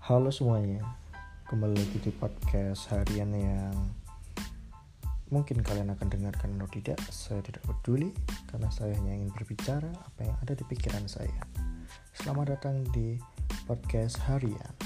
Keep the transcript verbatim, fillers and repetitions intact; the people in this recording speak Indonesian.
Halo semuanya, kembali lagi di podcast harian yang mungkin kalian akan dengarkan atau tidak. Saya tidak peduli, karena saya hanya ingin berbicara apa yang ada di pikiran saya. Selamat datang di podcast harian.